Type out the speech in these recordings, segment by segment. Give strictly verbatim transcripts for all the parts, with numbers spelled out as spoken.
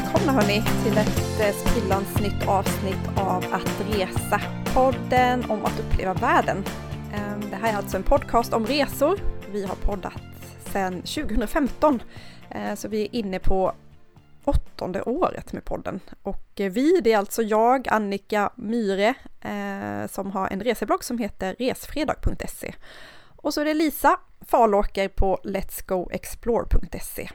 välkomna hörni till ett sprillans nytt avsnitt av Att resa, podden om att uppleva världen. Det här är alltså en podcast om resor. Vi har poddat sedan tjugo femton, så vi är inne på åttonde året med podden. Och vi, det är alltså jag, Annika Myhre, som har en reseblogg som heter resfredag punkt se. Och så är det Lisa Falåker på lets go explore punkt se.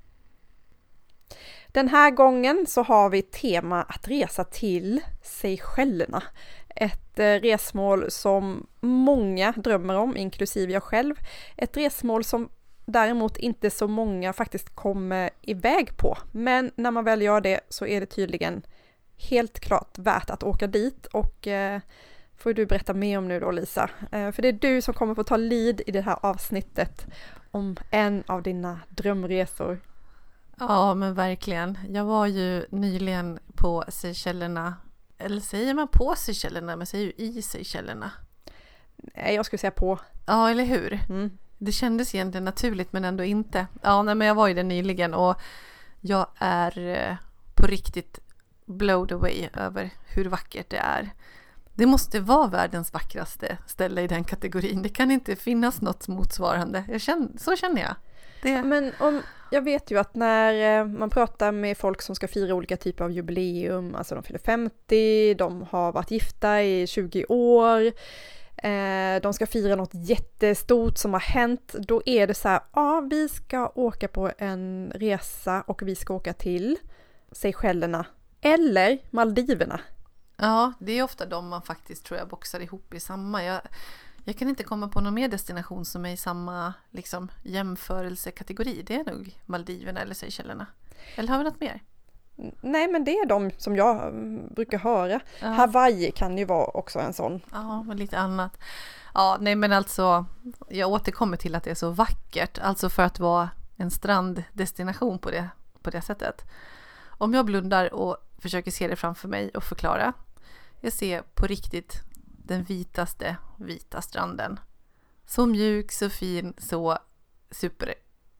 Den här gången så har vi tema att resa till Seychellerna. Ett resmål som många drömmer om, inklusive jag själv. Ett resmål som däremot inte så många faktiskt kommer iväg på. Men när man väl gör det så är det tydligen helt klart värt att åka dit. Och eh, får du berätta mer om nu då, Lisa. Eh, för det är du som kommer få ta lead i det här avsnittet om en av dina drömresor. Ja, men verkligen. Jag var ju nyligen på Seychellerna. Eller säger man på Seychellerna? Men säger ju i Seychellerna. Nej, jag skulle säga på. Ja, eller hur? Mm. Det kändes egentligen naturligt men ändå inte. Ja, nej, men jag var ju där nyligen och jag är eh, på riktigt blown away över hur vackert det är. Det måste vara världens vackraste ställe i den kategorin. Det kan inte finnas något motsvarande. Jag känner, så känner jag. Det... Men om, jag vet ju att när man pratar med folk som ska fira olika typer av jubileum, alltså de fyller femtio, de har varit gifta i tjugo år, eh, de ska fira något jättestort som har hänt, då är det så här, ja, vi ska åka på en resa och vi ska åka till Seychellerna eller Maldiverna. Ja, det är ofta de man faktiskt tror jag boxar ihop i samma. Jag... Jag kan inte komma på någon mer destination som är i samma liksom, jämförelsekategori. Det är nog Maldiverna eller Seychellerna. Eller har vi något mer? Nej, men det är de som jag brukar höra. Ja. Hawaii kan ju vara också en sån. Ja, men lite annat. Ja, nej men alltså, jag återkommer till att det är så vackert. Alltså för att vara en stranddestination på det, på det sättet. Om jag blundar och försöker se det framför mig och förklara. Jag ser på riktigt den vitaste vita stranden. Så mjuk, så fin, så super,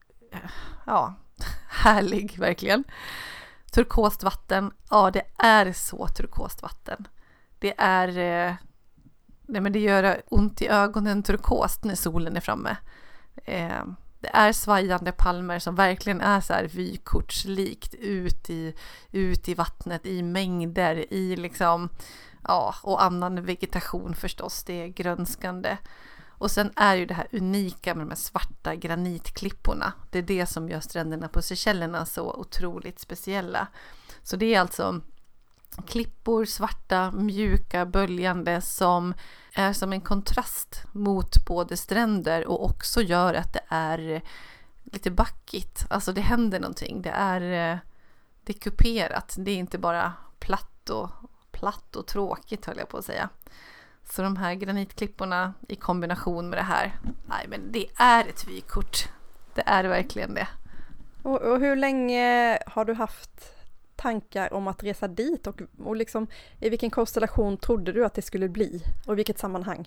ja, härlig verkligen. Turkost vatten, ja det är så turkost vatten. Det är, eh, nej men det gör ont i ögonen turkost när solen är framme. Eh, det är svajande palmer som verkligen är så här vykortslikt ut i, ut i vattnet, i mängder, i liksom... Ja, och annan vegetation förstås, det är grönskande. Och sen är ju det här unika med de här svarta granitklipporna. Det är det som gör stränderna på Seychellerna så otroligt speciella. Så det är alltså klippor, svarta, mjuka, böljande som är som en kontrast mot både stränder och också gör att det är lite backigt. Alltså det händer någonting. Det är, det är kuperat. Det är inte bara platt och platt och tråkigt höll jag på att säga. Så de här granitklipporna i kombination med det här. Nej, men det är ett vykort. Det är verkligen det. Och, och hur länge har du haft tankar om att resa dit? Och, och liksom, i vilken konstellation trodde du att det skulle bli? Och i vilket sammanhang?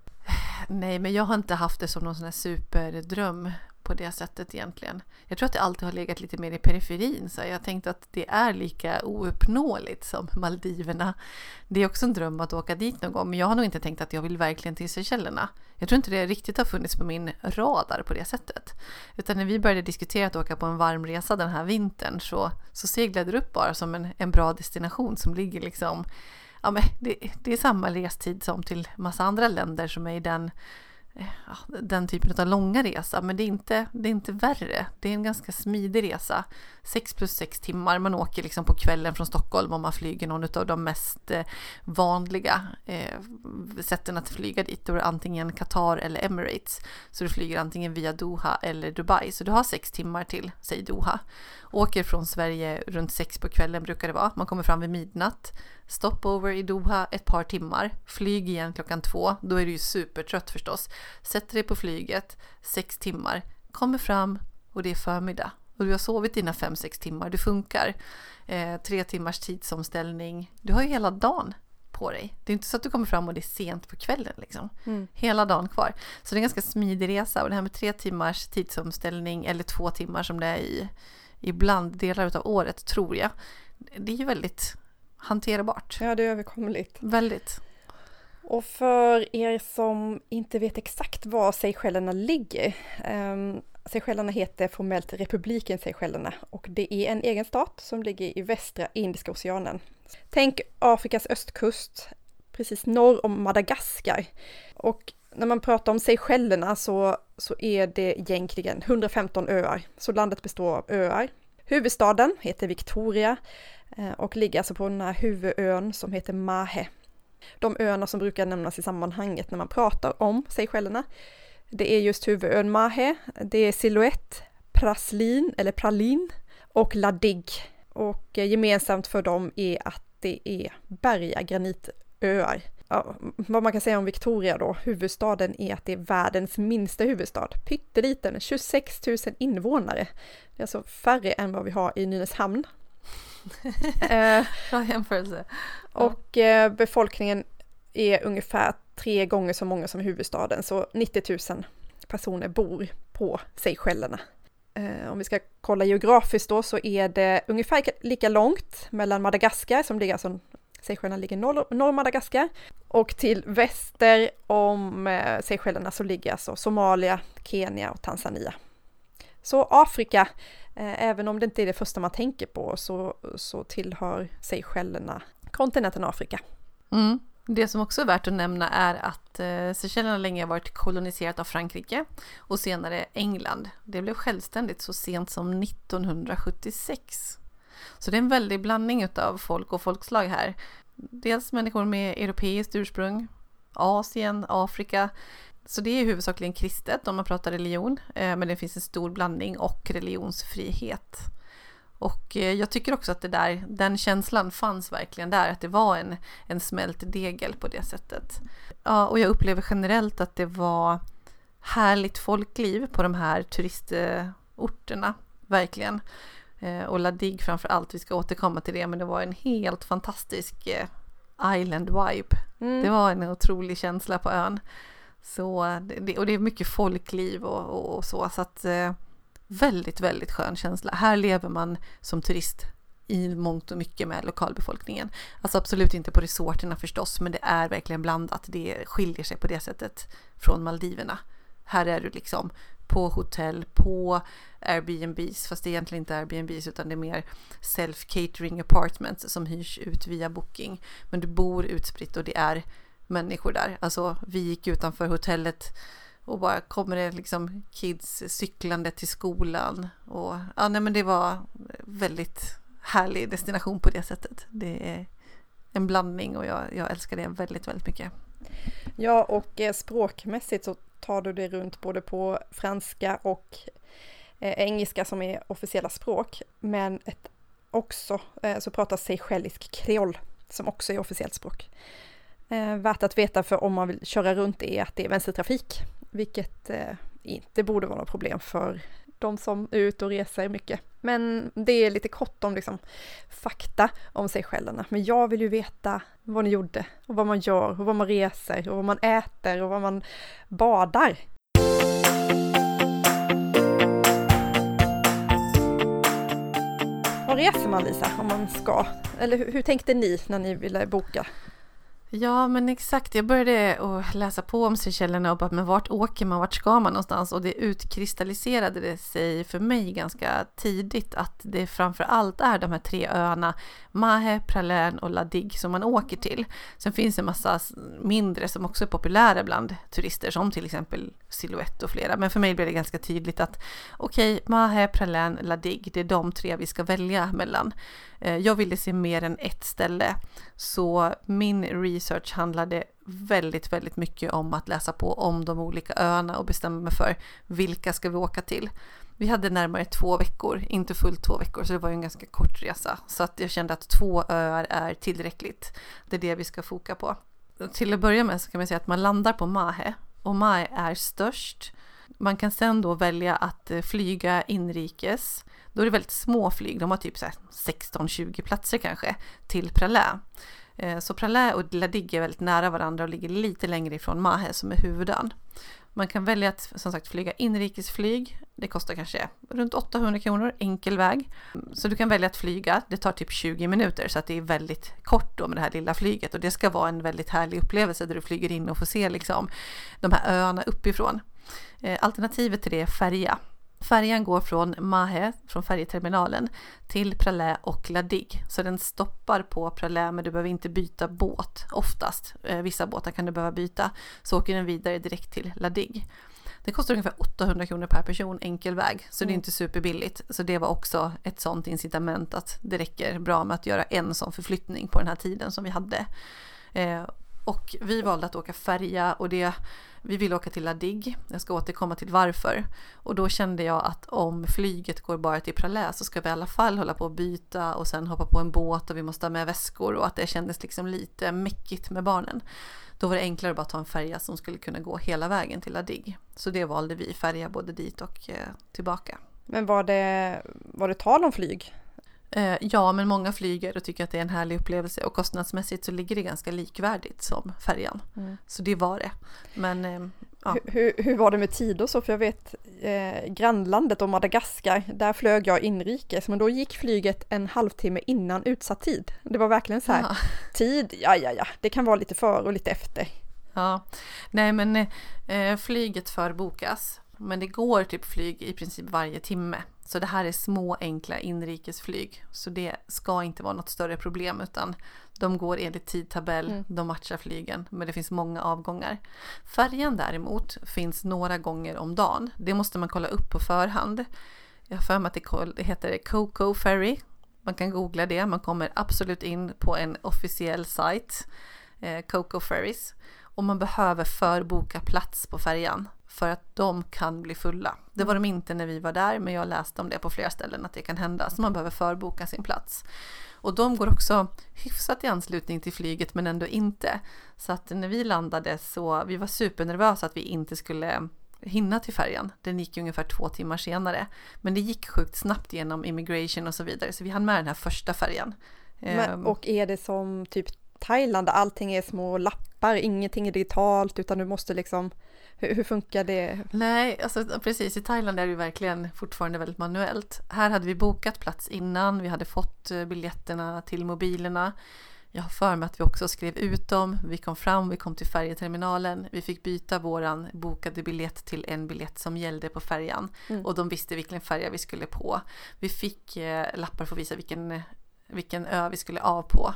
Nej, men jag har inte haft det som någon sån här superdröm på det sättet egentligen. Jag tror att det alltid har legat lite mer i periferin. Så jag tänkte att det är lika ouppnåeligt som Maldiverna. Det är också en dröm att åka dit någon gång. Men jag har nog inte tänkt att jag vill verkligen till Seychellerna. Jag tror inte det riktigt har funnits på min radar på det sättet. Utan när vi började diskutera att åka på en varm resa den här vintern så, så seglade det upp bara som en, en bra destination som ligger liksom... Ja, men det, det är samma restid som till massa andra länder som är i den... Ja, den typen av långa resa, men det är, inte, det är inte värre. Det är en ganska smidig resa. sex plus sex timmar. Man åker liksom på kvällen från Stockholm om man flyger någon av de mest eh, vanliga eh, sätten att flyga dit. Då är det antingen Qatar eller Emirates. Så du flyger antingen via Doha eller Dubai. Så du har sex timmar till, säg Doha. Åker från Sverige runt sex på kvällen brukar det vara. Man kommer fram vid midnatt. Stopover i Doha ett par timmar. Flyg igen klockan två. Då är du ju supertrött förstås. Sätter dig på flyget. Sex timmar. Kommer fram och det är förmiddag. Och du har sovit dina fem, sex timmar. Du funkar. Eh, tre timmars tidsomställning. Du har ju hela dagen på dig. Det är inte så att du kommer fram och det är sent på kvällen liksom. Mm. Hela dagen kvar. Så det är en ganska smidig resa. Och det här med tre timmars tidsomställning eller två timmar som det är i ibland delar av året, tror jag. Det är ju väldigt hanterbart. Ja, det är överkomligt. Väldigt. Och för er som inte vet exakt var Seychellerna ligger. Um, Seychellerna heter formellt Republiken Seychellerna och det är en egen stat som ligger i västra Indiska oceanen. Tänk Afrikas östkust, precis norr om Madagaskar. Och när man pratar om Seychellerna så, så är det egentligen hundrafemton öar. Så landet består av öar. Huvudstaden heter Victoria och ligger alltså på den här huvudön som heter Mahe. De öarna som brukar nämnas i sammanhanget när man pratar om Seychellerna, det är just huvudön Mahe, det är Silhouette, Praslin eller Pralin och La Digue. Och gemensamt för dem är att det är berga granitöar. Ja, vad man kan säga om Victoria då, huvudstaden är att det är världens minsta huvudstad. Pytteliten, tjugosex tusen invånare. Det är alltså färre än vad vi har i Nynäshamn. Bra jämförelse. Och eh, befolkningen är ungefär tre gånger så många som huvudstaden. Så nittio tusen personer bor på Seychellerna. Eh, om vi ska kolla geografiskt då så är det ungefär lika långt mellan Madagaskar som ligger alltså Seychellerna ligger norr, norr Madagaskar och till väster om eh, Seychellerna så ligger alltså Somalia, Kenya och Tanzania. Så Afrika, eh, även om det inte är det första man tänker på så, så tillhör Seychellerna kontinenten Afrika. Mm. Det som också är värt att nämna är att eh, Seychellerna länge varit koloniserat av Frankrike och senare England. Det blev självständigt så sent som nittonhundrasjuttiosex. Så det är en väldig blandning av folk och folkslag här. Dels människor med europeiskt ursprung, Asien, Afrika. Så det är huvudsakligen kristet om man pratar religion. Men det finns en stor blandning och religionsfrihet. Och jag tycker också att det där, den känslan fanns verkligen där. Att det var en, en smält degel på det sättet. Ja, och jag upplever generellt att det var härligt folkliv på de här turistorterna. Verkligen. Och La Digue framför allt, vi ska återkomma till det, men det var en helt fantastisk island vibe. Mm. Det var en otrolig känsla på ön. Så, det, och det är mycket folkliv och, och, och så, så att väldigt, väldigt skön känsla. Här lever man som turist i mångt och mycket med lokalbefolkningen. Alltså absolut inte på resorterna förstås, men det är verkligen blandat. Det skiljer sig på det sättet från Maldiverna. Här är du liksom på hotell, på Airbnbs, fast det är egentligen inte Airbnbs utan det är mer self-catering apartments som hyrs ut via booking. Men du bor utspritt och det är människor där. Alltså vi gick utanför hotellet och bara kommer det liksom kids cyklande till skolan. Och ja, nej, men det var väldigt härlig destination på det sättet. Det är en blandning och jag, jag älskar det väldigt, väldigt mycket. Ja, och eh, språkmässigt så tar du det runt både på franska och eh, engelska som är officiella språk. Men ett, också eh, så pratas seychellisk kreol som också är officiellt språk. Eh, värt att veta för om man vill köra runt är att det är vänstertrafik. Vilket eh, inte borde vara något problem för de som är ute och reser mycket. Men det är lite kort om liksom, fakta om Seychellerna. Men jag vill ju veta vad ni gjorde och vad man gör och vad man reser och vad man äter och vad man badar. Vad reser man, Lisa, om man ska? Eller hur, hur tänkte ni när ni ville boka? Ja, men exakt. Jag började att läsa på om Seychellerna och bara, men vart åker man, vart ska man någonstans? Och det utkristalliserade det sig för mig ganska tidigt att det framför allt är de här tre öarna, Mahe, Praslin och La Digue, som man åker till. Sen finns det en massa mindre som också är populära bland turister, som till exempel Silhouette och flera. Men för mig blev det ganska tydligt att okej, okay, Mahe, Praslin, La Digue, det är de tre vi ska välja mellan. Jag ville se mer än ett ställe, så min research handlade väldigt, väldigt mycket om att läsa på om de olika öarna och bestämma mig för vilka ska vi åka till. Vi hade närmare två veckor, inte fullt två veckor, så det var ju en ganska kort resa. Så att jag kände att två öar är tillräckligt. Det är det vi ska foka på. Till att börja med så kan man säga att man landar på Mahe, och Mahe är störst. Man kan sen då välja att flyga inrikes. Då är det väldigt små flyg. De har typ så här sexton tjugo platser kanske till Praslin. Så Praslin och La Digue är väldigt nära varandra och ligger lite längre ifrån Mahe som är huvudön. Man kan välja att som sagt flyga inrikesflyg. Det kostar kanske runt åttahundra kronor enkel väg. Så du kan välja att flyga. Det tar typ tjugo minuter så att det är väldigt kort då med det här lilla flyget. Och det ska vara en väldigt härlig upplevelse där du flyger in och får se liksom de här öarna uppifrån. Eh, alternativet till det är färja. Färjan går från Mahe, från färjeterminalen, till Praslin och La Digue. Så den stoppar på Praslin, men du behöver inte byta båt oftast. Eh, vissa båtar kan du behöva byta. Så åker den vidare direkt till La Digue. Det kostar ungefär åttahundra kronor per person enkel väg. Så mm. det är inte superbilligt. Så det var också ett sånt incitament att det räcker bra med att göra en sån förflyttning på den här tiden som vi hade. Eh, och vi valde att åka färja och det... Vi vill åka till La Digue. Jag ska återkomma till varför. Och då kände jag att om flyget går bara till Praslin så ska vi i alla fall hålla på att byta och sen hoppa på en båt och vi måste ha med väskor och att det kändes liksom lite mäckigt med barnen. Då var det enklare att bara ta en färja som skulle kunna gå hela vägen till La Digue. Så det valde vi, färja både dit och eh, tillbaka. Men var det, var det tal om flyg? Eh, ja, men många flyger och tycker att det är en härlig upplevelse och kostnadsmässigt så ligger det ganska likvärdigt som färjan. Mm. Så det var det. Men, eh, ja. hur, hur var det med tid och så? För jag vet eh, grannlandet och Madagaskar, där flög jag inrikes men då gick flyget en halvtimme innan utsatt tid. Det var verkligen så här, ja. tid, ja ja ja, det kan vara lite före och lite efter. Ja, nej men eh, flyget förbokas. Men det går typ flyg i princip varje timme. Så det här är små enkla inrikesflyg. Så det ska inte vara något större problem utan de går enligt tidtabell, mm. de matchar flygen. Men det finns många avgångar. Färjan däremot finns några gånger om dagen. Det måste man kolla upp på förhand. Jag har för mig att det heter Coco Ferry. Man kan googla det. Man kommer absolut in på en officiell sajt. Eh, Coco Ferries. Och man behöver förboka plats på färjan. För att de kan bli fulla. Det var de inte när vi var där. Men jag läste om det på flera ställen att det kan hända. Så man behöver förboka sin plats. Och de går också hyfsat i anslutning till flyget men ändå inte. Så att när vi landade så vi var supernervösa att vi inte skulle hinna till färjan. Den gick ungefär två timmar senare. Men det gick sjukt snabbt genom immigration och så vidare. Så vi hann med den här första färjan. Men, och är det som typ Thailand där allting är små lappar, ingenting är digitalt utan du måste liksom, hur, hur funkar det? Nej, alltså precis, i Thailand är det ju verkligen fortfarande väldigt manuellt. Här hade vi bokat plats innan, vi hade fått biljetterna till mobilerna. Jag har för mig att vi också skrev ut dem, vi kom fram, vi kom till färjeterminalen, vi fick byta våran bokade biljett till en biljett som gällde på färjan mm. och de visste vilken färja vi skulle på. Vi fick eh, lappar för att visa vilken, vilken ö vi skulle av på.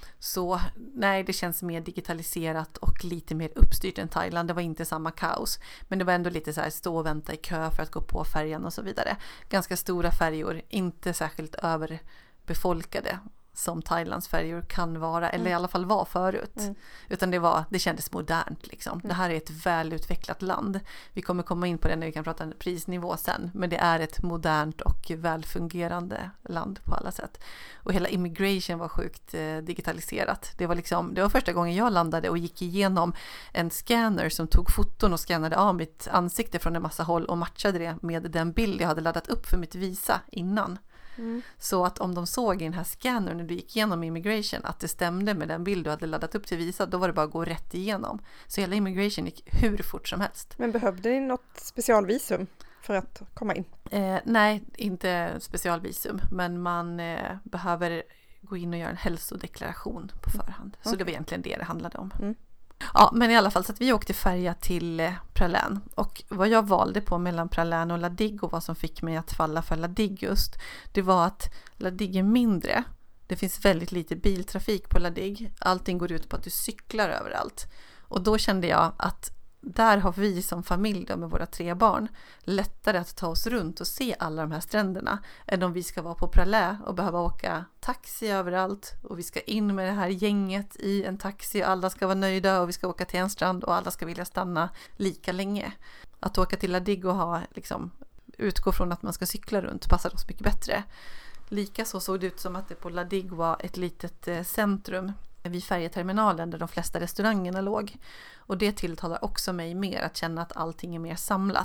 Så nej, det känns mer digitaliserat och lite mer uppstyrt än Thailand. Det var inte samma kaos. Men det var ändå lite så här stå och vänta i kö för att gå på färjan och så vidare. Ganska stora färjor, inte särskilt överbefolkade som Thailands färjor kan vara. Eller mm. i alla fall var förut. Mm. Utan det, var, det kändes modernt liksom. Mm. Det här är ett välutvecklat land. Vi kommer komma in på det när vi kan prata en prisnivå sen. Men det är ett modernt och välfungerande land på alla sätt. Och hela immigration var sjukt eh, digitaliserat. Det var, liksom, det var första gången jag landade och gick igenom en scanner som tog foton och scannade av mitt ansikte från en massa håll och matchade det med den bild jag hade laddat upp för mitt visa innan. Mm. Så att om de såg i den här scannern när du gick igenom immigration att det stämde med den bild du hade laddat upp till visa, då var det bara att gå rätt igenom. Så hela immigration gick hur fort som helst. Men behövde ni något specialvisum för att komma in? Eh, nej, inte specialvisum, men man eh, behöver gå in och göra en hälsodeklaration på förhand. Så okay. Det var egentligen det det handlade om. Mm. Ja, men i alla fall så att vi åkte färja till eh, Praslin. Och vad jag valde på mellan Praslin och La Digue och vad som fick mig att falla för La Digue just, det var att La Digue är mindre. Det finns väldigt lite biltrafik på La Digue. Allting går ut på att du cyklar överallt. Och då kände jag att där har vi som familj då, med våra tre barn lättare att ta oss runt och se alla de här stränderna än om vi ska vara på Praslin och behöva åka taxi överallt och vi ska in med det här gänget i en taxi och alla ska vara nöjda och vi ska åka till en strand och alla ska vilja stanna lika länge. Att åka till La Digue och ha, liksom, utgå från att man ska cykla runt passar oss mycket bättre. Likaså såg det ut som att det på La Digue var ett litet eh, centrum vid färjeterminalen där de flesta restaurangerna låg. Och det tilltalar också mig mer att känna att allting är mer samlat.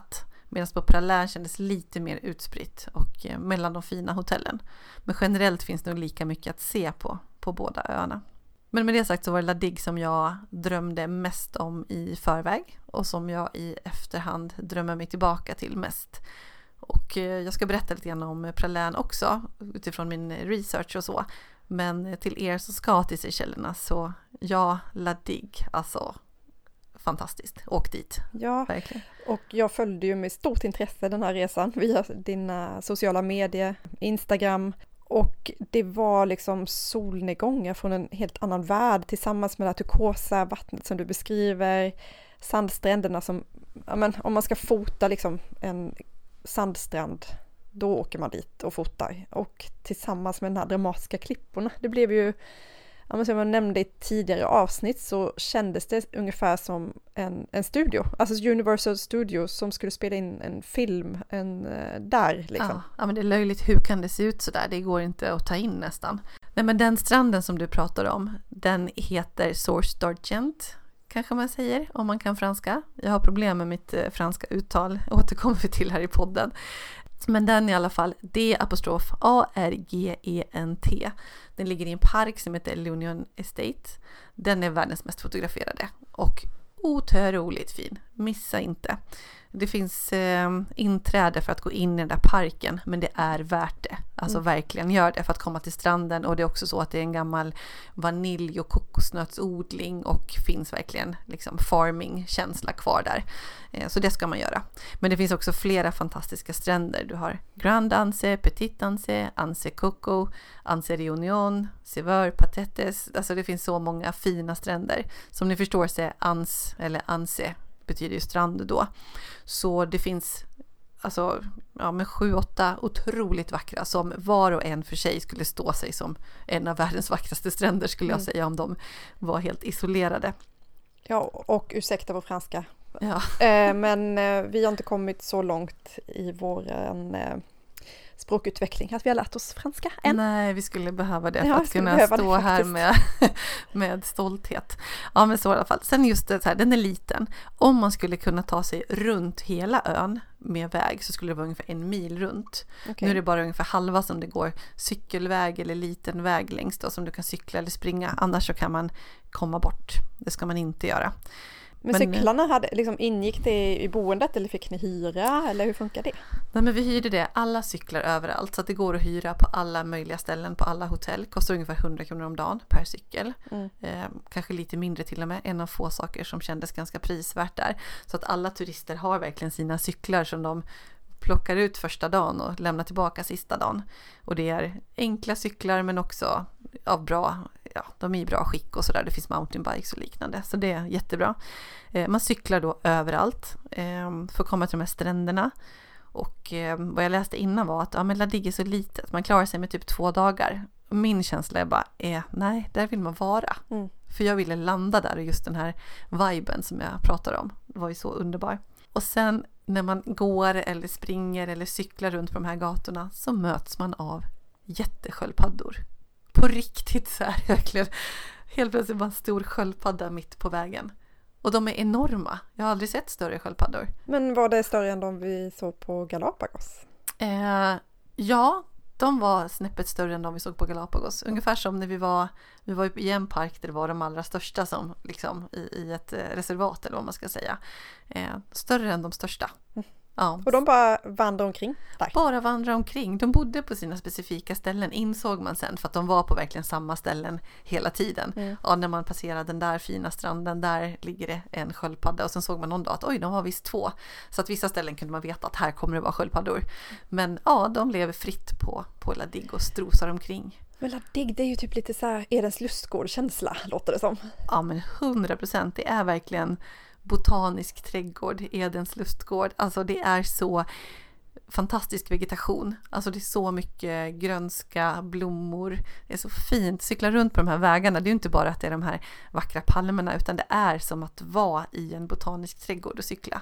Medan på Praslin kändes lite mer utspritt och eh, mellan de fina hotellen. Men generellt finns det nog lika mycket att se på på båda öarna. Men med det sagt så var det La Digue som jag drömde mest om i förväg och som jag i efterhand drömmer mig tillbaka till mest. Och eh, jag ska berätta lite grann om Praslin också utifrån min research och så. Men till er som ska till Seychellerna så ja, La Digue, alltså fantastiskt. Åk dit. Ja, verkligen. Och jag följde ju med stort intresse den här resan via dina sociala medier, Instagram. Och det var liksom solnedgångar från en helt annan värld tillsammans med det turkosa vattnet som du beskriver. Sandstränderna som, ja men, om man ska fota liksom en sandstrand, då åker man dit och fotar. Och tillsammans med de här dramatiska klipporna. Det blev ju, ja men som jag nämnde i ett tidigare avsnitt, så kändes det ungefär som en, en studio. Alltså Universal Studios som skulle spela in en film en, där liksom. Ja, ja, men det är löjligt. Hur kan det se ut så där? Det går inte att ta in nästan. Nej, men den stranden som du pratar om, den heter Source d'Argent, kanske man säger, om man kan franska. Jag har problem med mitt eh, franska uttal, återkommer vi till här i podden. Men den i alla fall, D apostrof A R G E N T. Den ligger i en park som heter L'Union Estate. Den är världens mest fotograferade och otroligt fin. Missa inte. Det finns eh, inträde för att gå in i den där parken, men det är värt det. Alltså mm. verkligen gör det för att komma till stranden. Och det är också så att det är en gammal vanilj- och kokosnötsodling och finns verkligen liksom farming-känsla kvar där. Eh, så det ska man göra. Men det finns också flera fantastiska stränder. Du har Grand Anse, Petit Anse, Anse Coco, Anse Réunion, Seveur, Patetes. Alltså det finns så många fina stränder. Som ni förstår så är Ans eller Anse betyder ju strand då. Så det finns alltså ja, med sju, åtta otroligt vackra som var och en för sig skulle stå sig som en av världens vackraste stränder skulle jag mm. säga om de var helt isolerade. Ja, och ursäkta vår franska. Ja. Eh, men eh, vi har inte kommit så långt i vår eh, språkutveckling att vi har lärt oss franska än. Nej, vi skulle behöva det för ja, att kunna stå här med, med stolthet. Ja, men så i alla fall. Sen just det här, den är liten. Om man skulle kunna ta sig runt hela ön med väg så skulle det vara ungefär en mil runt. Okay. Nu är det bara ungefär halva som det går cykelväg eller liten väg längst då, som du kan cykla eller springa. Annars så kan man komma bort. Det ska man inte göra. Men, men cyklarna, hade, liksom, ingick det i boendet eller fick ni hyra eller hur funkar det? Nej, men vi hyrde det. Alla cyklar överallt så att det går att hyra på alla möjliga ställen på alla hotell. Kostar ungefär hundra kronor om dagen per cykel. Mm. Eh, kanske lite mindre till och med. En av få saker som kändes ganska prisvärt där. Så att alla turister har verkligen sina cyklar som de plockar ut första dagen och lämnar tillbaka sista dagen. Och det är enkla cyklar men också av bra, ja, de är i bra skick och sådär. Det finns mountainbikes och liknande. Så det är jättebra. Eh, man cyklar då överallt eh, för att komma till de här stränderna. Och eh, vad jag läste innan var att ja, men La Digue är så litet. Man klarar sig med typ två dagar. Och min känsla är bara, eh, nej, där vill man vara. Mm. För jag ville landa där och just den här viben som jag pratar om. Det var ju så underbar. Och sen när man går eller springer eller cyklar runt på de här gatorna så möts man av jättesköldpaddor. På riktigt så här, verkligen. Helt plötsligt bara en stor sköldpadda mitt på vägen. Och de är enorma. Jag har aldrig sett större sköldpaddor. Men var det större än de vi såg på Galapagos? Eh, ja, de var snäppet större än de vi såg på Galapagos. Ungefär som när vi var, vi var i en park där det var de allra största som, liksom, i, i ett reservat eller vad man ska säga. Eh, större än de största. Mm. Ja. Och de bara vandrar omkring där. Bara vandrar omkring. De bodde på sina specifika ställen, insåg man sen, för att de var på verkligen samma ställen hela tiden. Mm. Ja, när man passerade den där fina stranden, där ligger det en sköldpadda. Och sen såg man någon dag att oj, de var visst två. Så att vissa ställen kunde man veta att här kommer det vara sköldpaddor. Men ja, de lever fritt på, på La Digue och strosar omkring. Men La Digue, det är ju typ lite så här Edens lustgård-känsla, låter det som. Ja, men hundra procent. Det är verkligen botanisk trädgård, Edens lustgård. Alltså det är så fantastisk vegetation. Alltså det är så mycket grönska, blommor. Det är så fint. Cykla runt på de här vägarna. Det är ju inte bara att det är de här vackra palmerna, utan det är som att vara i en botanisk trädgård och cykla.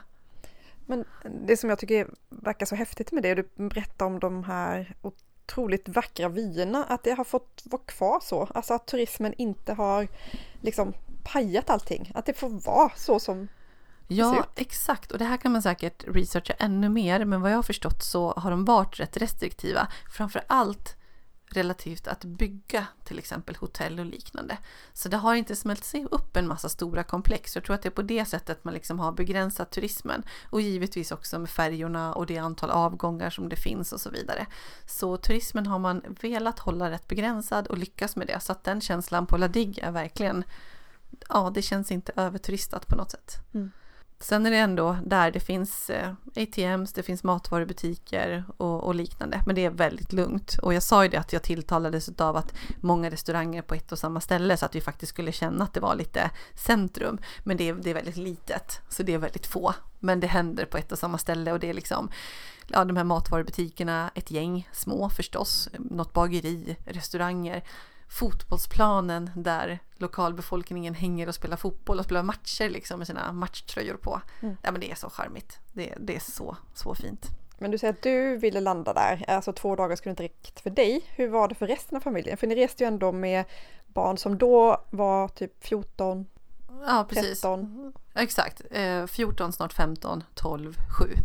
Men det som jag tycker verkar så häftigt med det, du berättar om de här otroligt vackra vyerna, att det har fått vara kvar så. Alltså att turismen inte har liksom pajat allting. Att det får vara så som Ja, exakt. Och det här kan man säkert researcha ännu mer. Men vad jag har förstått så har de varit rätt restriktiva. Framför allt relativt att bygga till exempel hotell och liknande. Så det har inte smält sig upp en massa stora komplex. Jag tror att det är på det sättet man liksom har begränsat turismen. Och givetvis också med färjorna och det antal avgångar som det finns och så vidare. Så turismen har man velat hålla rätt begränsad och lyckas med det. Så att den känslan på La Digue är verkligen, ja, det känns inte överturistat på något sätt. Mm. Sen är det ändå där det finns eh, A T Ms, det finns matvarubutiker och, och liknande. Men det är väldigt lugnt. Och jag sa ju det att jag tilltalades av att många restauranger på ett och samma ställe så att vi faktiskt skulle känna att det var lite centrum. Men det är, det är väldigt litet, så det är väldigt få. Men det händer på ett och samma ställe och det är liksom, ja, de här matvarubutikerna, ett gäng små förstås, något bageri, restauranger. Fotbollsplanen där lokalbefolkningen hänger och spelar fotboll och spelar matcher liksom med sina matchtröjor på. Mm. Ja, men det är så charmigt. Det, det är så, så fint. Men du säger att du ville landa där. Alltså två dagar skulle inte räcka för dig. Hur var det för resten av familjen? För ni reste ju ändå med barn som då var typ fjorton, ja, precis. tretton. Exakt. Eh, fjorton, snart femton, tolv, sju.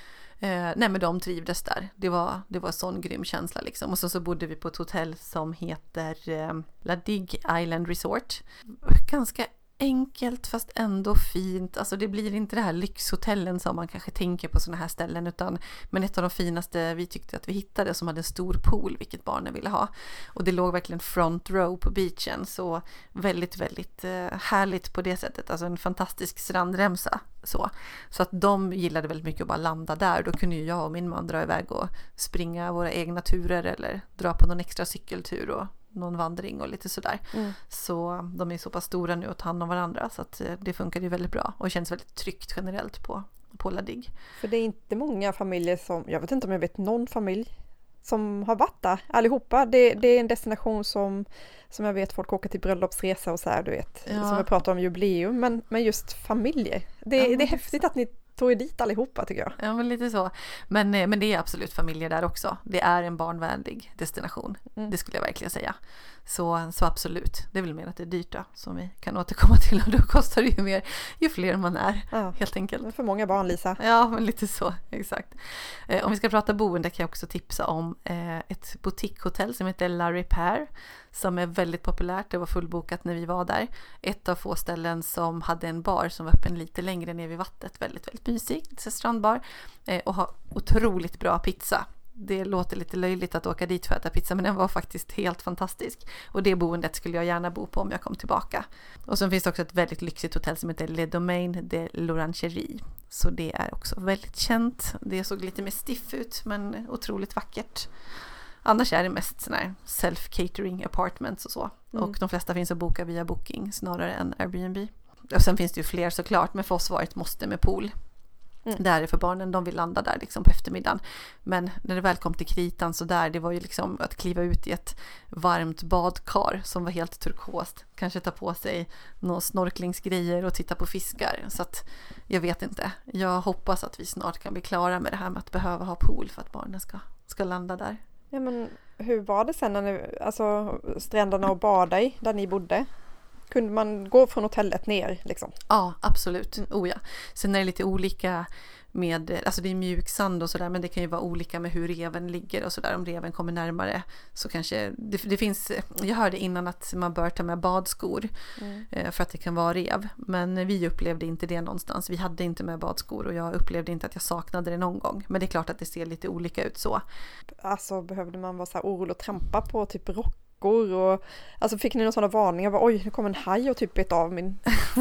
Eh, nej, men de trivdes där. Det var, det var en sån grym känsla liksom. Och så, så bodde vi på ett hotell som heter eh, La Digue Island Resort. Ganska enkelt fast ändå fint. Alltså det blir inte det här lyxhotellen som man kanske tänker på såna här ställen, utan men ett av de finaste vi tyckte att vi hittade som hade en stor pool, vilket barnen ville ha. Och det låg verkligen front row på beachen, så väldigt, väldigt eh, härligt på det sättet. Alltså en fantastisk strandremsa. Så. så att de gillade väldigt mycket att bara landa där. Då kunde ju jag och min man dra iväg och springa våra egna turer eller dra på någon extra cykeltur och någon vandring och lite sådär. Mm. Så de är så pass stora nu och tar hand om varandra, så att det funkar ju väldigt bra och känns väldigt tryggt generellt på, på La Digue. För det är inte många familjer som, jag vet inte om jag vet någon familj som har varit där allihopa. Det, det är en destination som, som jag vet folk åker till bröllopsresa och så här, du vet. Ja. Som vi pratar om jubileum, men, men just familjer. Det, ja, det är häftigt att ni tog er dit allihopa, tycker jag. Ja, men lite så. Men, men det är absolut familjer där också. Det är en barnvänlig destination. Mm. Det skulle jag verkligen säga. Så, så absolut. Det är väl mer att det är dyrt då, som vi kan återkomma till. Och då kostar det ju mer ju fler man är, ja, helt enkelt. För många barn, Lisa. Ja, men lite så. Exakt. Eh, om vi ska prata boende kan jag också tipsa om eh, ett boutiquehotell som heter La Repair, som är väldigt populärt. Det var fullbokat när vi var där. Ett av få ställen som hade en bar som var öppen lite längre ner vid vattnet. Väldigt, väldigt mysigt. Strandbar. Eh, och har otroligt bra pizza. Det låter lite löjligt att åka dit för att äta pizza, men den var faktiskt helt fantastisk. Och det boendet skulle jag gärna bo på om jag kom tillbaka. Och så finns det också ett väldigt lyxigt hotell som heter Le Domaine de l'Orangerie. Så det är också väldigt känt. Det såg lite mer stiff ut, men otroligt vackert. Annars är det mest såna här self-catering apartments och så. Mm. Och de flesta finns att boka via Booking snarare än Airbnb. Och sen finns det ju fler såklart, men för oss var det ett måste med pool. Mm. Där är för barnen, de vill landa där liksom på eftermiddagen. Men när det väl kom till kritan så där, det var ju liksom att kliva ut i ett varmt badkar som var helt turkost. Kanske ta på sig några snorklingsgrejer och titta på fiskar. Så att jag vet inte. Jag hoppas att vi snart kan bli klara med det här med att behöva ha pool för att barnen ska, ska landa där. Ja, men hur var det sen när ni, alltså stränderna och bada i där ni bodde? Kunde man gå från hotellet ner liksom? Ja, absolut. Mm. Oh ja. Sen är det lite olika med, alltså det är mjuk sand och sådär, men det kan ju vara olika med hur reven ligger och sådär. Om reven kommer närmare så kanske, det, det finns, jag hörde innan att man bör ta med badskor mm. för att det kan vara rev. Men vi upplevde inte det någonstans. Vi hade inte med badskor och jag upplevde inte att jag saknade det någon gång. Men det är klart att det ser lite olika ut så. Alltså behövde man vara så här orolig och trampa på typ rock? Och, alltså fick ni någon sådana varningar? Var, oj, nu kommer en haj och typ bet av min